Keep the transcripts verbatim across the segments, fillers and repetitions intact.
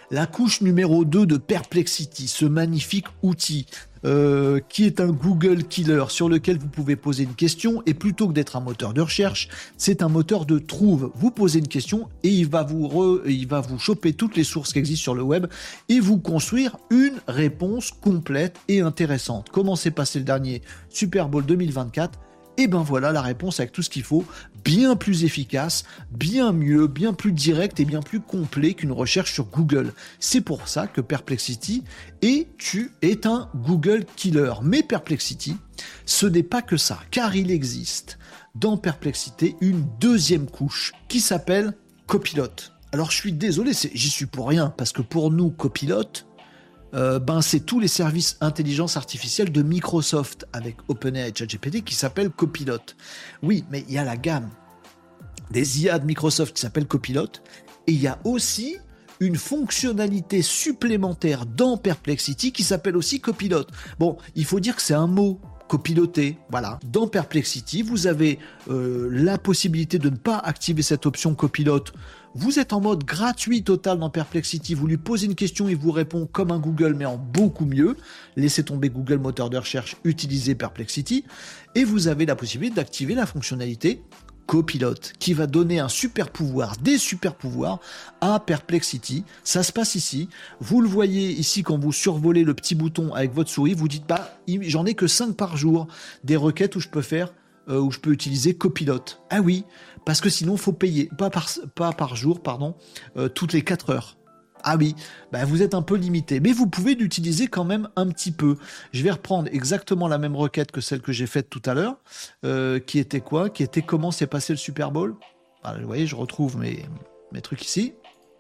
La couche numéro deux de Perplexity, ce magnifique outil euh, qui est un Google Killer sur lequel vous pouvez poser une question et plutôt que d'être un moteur de recherche, c'est un moteur de trouve. Vous posez une question et il va vous, re, il va vous choper toutes les sources qui existent sur le web et vous construire une réponse complète et intéressante. Comment s'est passé le dernier Super Bowl deux mille vingt-quatre ? Et ben voilà la réponse avec tout ce qu'il faut, bien plus efficace, bien mieux, bien plus direct et bien plus complet qu'une recherche sur Google. C'est pour ça que Perplexity est, tu, est un Google Killer. Mais Perplexity, ce n'est pas que ça, car il existe dans Perplexity une deuxième couche qui s'appelle Copilot. Alors je suis désolé, c'est, j'y suis pour rien, parce que pour nous, Copilot, Euh, ben c'est tous les services intelligence artificielle de Microsoft avec OpenAI et ChatGPT qui s'appellent Copilot. Oui, mais il y a la gamme des I A de Microsoft qui s'appelle Copilot et il y a aussi une fonctionnalité supplémentaire dans Perplexity qui s'appelle aussi Copilot. Bon, il faut dire que c'est un mot. Copiloter, voilà. Dans Perplexity, vous avez euh, la possibilité de ne pas activer cette option copilote. Vous êtes en mode gratuit total dans Perplexity. Vous lui posez une question, il vous répond comme un Google, mais en beaucoup mieux. Laissez tomber Google moteur de recherche, utilisez Perplexity. Et vous avez la possibilité d'activer la fonctionnalité Copilot, qui va donner un super pouvoir, des super pouvoirs à Perplexity. Ça se passe ici. Vous le voyez ici quand vous survolez le petit bouton avec votre souris, vous dites bah j'en ai que cinq par jour des requêtes où je peux faire, euh, où je peux utiliser Copilot. Ah oui, parce que sinon faut payer, pas par, pas par jour, pardon, euh, toutes les quatre heures. Ah oui, bah vous êtes un peu limité, mais vous pouvez l'utiliser quand même un petit peu. Je vais reprendre exactement la même requête que celle que j'ai faite tout à l'heure, euh, qui était quoi ? Qui était comment s'est passé le Super Bowl ? Alors, vous voyez, je retrouve mes, mes trucs ici,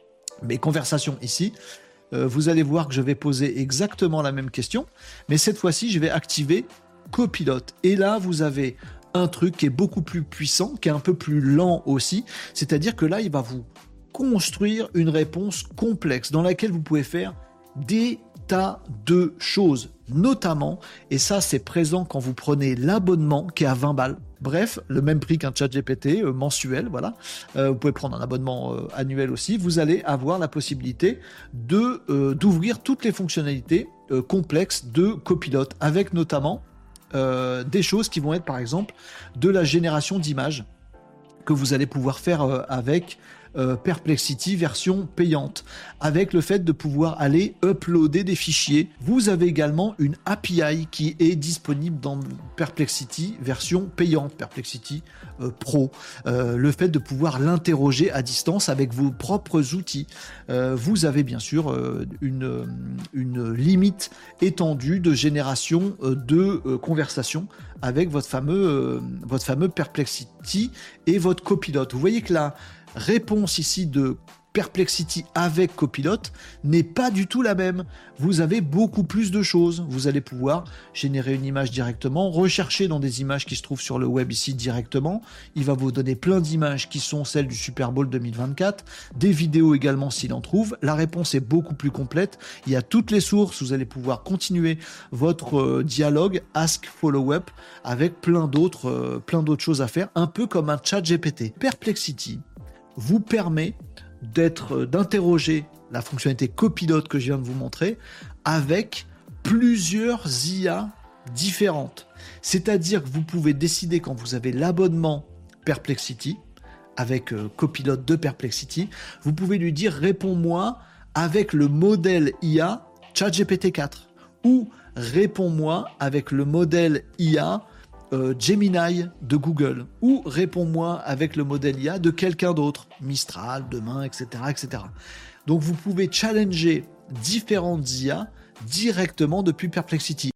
mes conversations ici. Euh, vous allez voir que je vais poser exactement la même question, mais cette fois-ci, je vais activer Copilot. Et là, vous avez un truc qui est beaucoup plus puissant, qui est un peu plus lent aussi, c'est-à-dire que là, il va vous construire une réponse complexe dans laquelle vous pouvez faire des tas de choses, notamment, et ça c'est présent quand vous prenez l'abonnement qui est à vingt balles, bref, le même prix qu'un ChatGPT euh, mensuel, voilà, euh, vous pouvez prendre un abonnement euh, annuel aussi, vous allez avoir la possibilité de, euh, d'ouvrir toutes les fonctionnalités euh, complexes de Copilot, avec notamment euh, des choses qui vont être par exemple de la génération d'images que vous allez pouvoir faire euh, avec Euh, Perplexity version payante, avec le fait de pouvoir aller uploader des fichiers. Vous avez également une A P I qui est disponible dans Perplexity version payante, Perplexity euh, Pro. Euh, le fait de pouvoir l'interroger à distance avec vos propres outils. Euh, vous avez bien sûr euh, une, une limite étendue de génération euh, de euh, conversations avec votre fameux, euh, votre fameux Perplexity et votre copilote. Vous voyez que là, réponse ici de Perplexity avec Copilot n'est pas du tout la même. Vous avez beaucoup plus de choses. Vous allez pouvoir générer une image directement, rechercher dans des images qui se trouvent sur le web ici directement. Il va vous donner plein d'images qui sont celles du Super Bowl deux mille vingt-quatre, des vidéos également s'il en trouve. La réponse est beaucoup plus complète. Il y a toutes les sources. Vous allez pouvoir continuer votre euh, dialogue Ask Follow Up avec plein d'autres, euh, plein d'autres choses à faire, un peu comme un chat G P T. Perplexity vous permet d'être, d'interroger la fonctionnalité copilote que je viens de vous montrer avec plusieurs I A différentes. C'est-à-dire que vous pouvez décider quand vous avez l'abonnement Perplexity avec euh, Copilot de Perplexity, vous pouvez lui dire réponds-moi avec le modèle I A ChatGPT quatre ou réponds-moi avec le modèle I A Euh, Gemini de Google ou réponds-moi avec le modèle I A de quelqu'un d'autre, Mistral, demain, et cetera, et cetera. Donc vous pouvez challenger différentes I A directement depuis Perplexity.